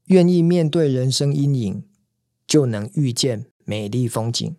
愿意面对人生阴影，就能遇见美丽风景。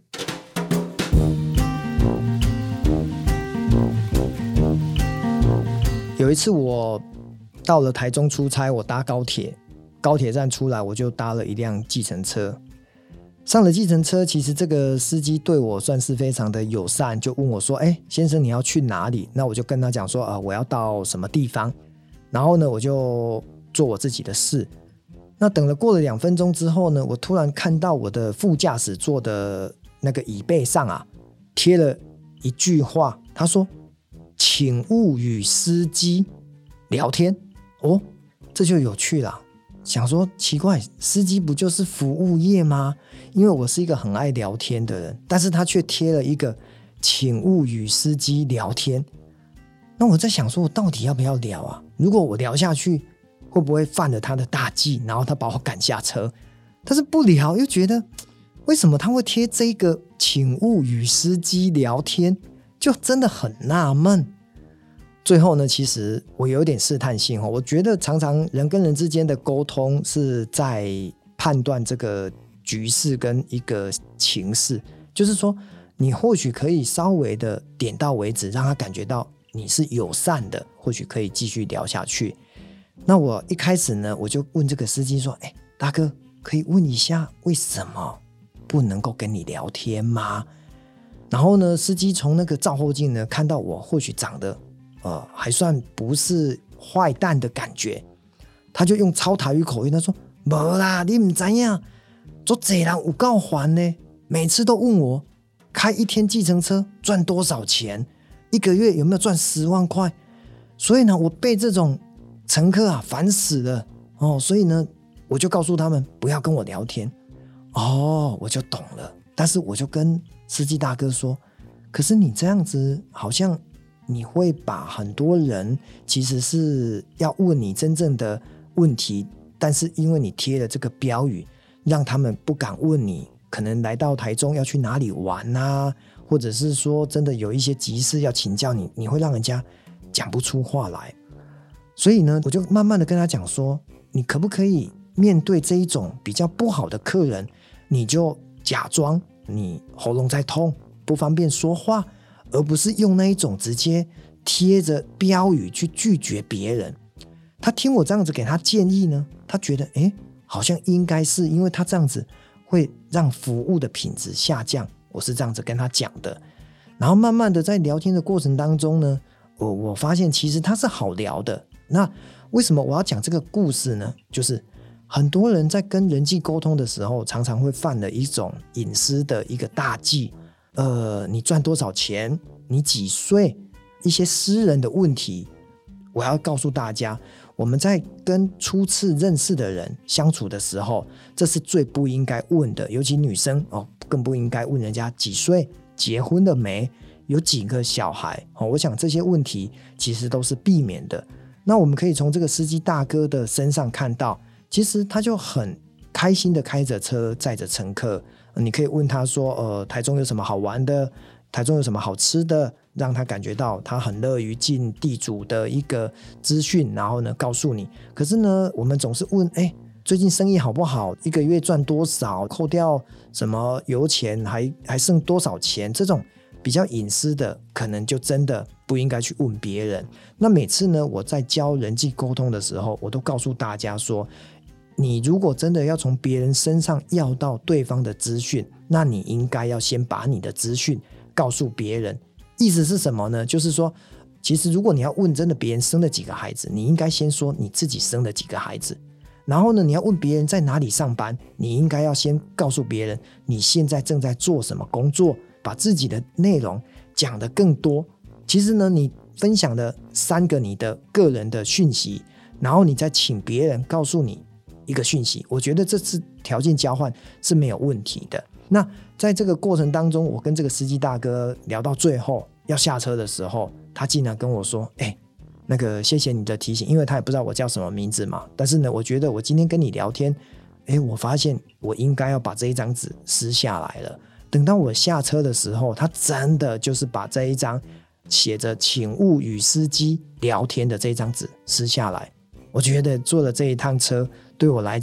有一次我到了台中出差，我搭高铁，高铁站出来我就搭了一辆计程车。上了计程车，其实这个司机对我算是非常的友善，就问我说先生你要去哪里？那我就跟他讲说我要到什么地方，然后呢我就做我自己的事。那等了过了2分钟之后呢，我突然看到我的副驾驶座的那个椅背上贴了一句话，他说请勿与司机聊天。这就有趣了，想说奇怪，司机不就是服务业吗？因为我是一个很爱聊天的人，但是他却贴了一个请勿与司机聊天。那我在想说我到底要不要聊啊？如果我聊下去会不会犯了他的大忌，然后他把我赶下车？但是不聊又觉得为什么他会贴这个请勿与司机聊天，就真的很纳闷。最后呢，其实我有点试探性，我觉得常常人跟人之间的沟通是在判断这个局势跟一个情势，就是说你或许可以稍微的点到为止，让他感觉到你是友善的，或许可以继续聊下去。那我一开始呢，我就问这个司机说大哥，可以问一下为什么不能够跟你聊天吗？然后呢，司机从那个照后镜呢看到我或许长得还算不是坏蛋的感觉，他就用超台语口音，他说没啦，你不知道很多人有够烦呢，每次都问我开一天计程车赚多少钱，一个月有没有赚10万块，所以呢我被这种乘客烦死了所以呢我就告诉他们不要跟我聊天。我就懂了，但是我就跟司机大哥说，可是你这样子好像你会把很多人其实是要问你真正的问题，但是因为你贴了这个标语，让他们不敢问你可能来到台中要去哪里玩啊，或者是说真的有一些急事要请教你，你会让人家讲不出话来。所以呢，我就慢慢的跟他讲说，你可不可以面对这一种比较不好的客人，你就假装你喉咙在痛，不方便说话，而不是用那一种直接贴着标语去拒绝别人。他听我这样子给他建议呢，他觉得好像应该是因为他这样子会让服务的品质下降，我是这样子跟他讲的。然后慢慢的在聊天的过程当中呢，我发现其实他是好聊的。那为什么我要讲这个故事呢？就是很多人在跟人际沟通的时候常常会犯了一种隐私的一个大忌，你赚多少钱，你几岁，一些私人的问题。我要告诉大家，我们在跟初次认识的人相处的时候，这是最不应该问的，尤其女生更不应该问人家几岁，结婚了没，有几个小孩我想这些问题其实都是避免的。那我们可以从这个司机大哥的身上看到，其实他就很开心的开着车载着乘客。你可以问他说台中有什么好玩的，台中有什么好吃的，让他感觉到他很乐于尽地主的一个资讯，然后呢告诉你。可是呢我们总是问最近生意好不好，一个月赚多少，扣掉什么油钱还剩多少钱，这种比较隐私的可能就真的不应该去问别人。那每次呢我在教人际沟通的时候，我都告诉大家说，你如果真的要从别人身上要到对方的资讯，那你应该要先把你的资讯告诉别人。意思是什么呢？就是说其实如果你要问真的别人生了几个孩子，你应该先说你自己生了几个孩子。然后呢你要问别人在哪里上班，你应该要先告诉别人你现在正在做什么工作，把自己的内容讲得更多。其实呢你分享了3个你的个人的讯息，然后你再请别人告诉你一个讯息，我觉得这次条件交换是没有问题的。那在这个过程当中，我跟这个司机大哥聊到最后要下车的时候，他竟然跟我说那个谢谢你的提醒，因为他也不知道我叫什么名字嘛，但是呢我觉得我今天跟你聊天我发现我应该要把这一张纸撕下来了。等到我下车的时候，他真的就是把这一张写着请勿与司机聊天的这一张纸撕下来。我觉得坐了这一趟车对我来讲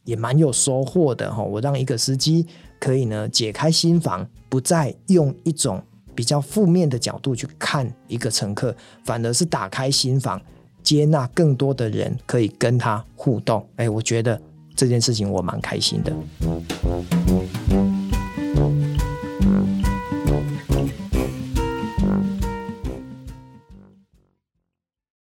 也蛮有收获的我让一个司机可以呢解开心防，不再用一种比较负面的角度去看一个乘客，反而是打开心防，接纳更多的人可以跟他互动。我觉得这件事情我蛮开心的。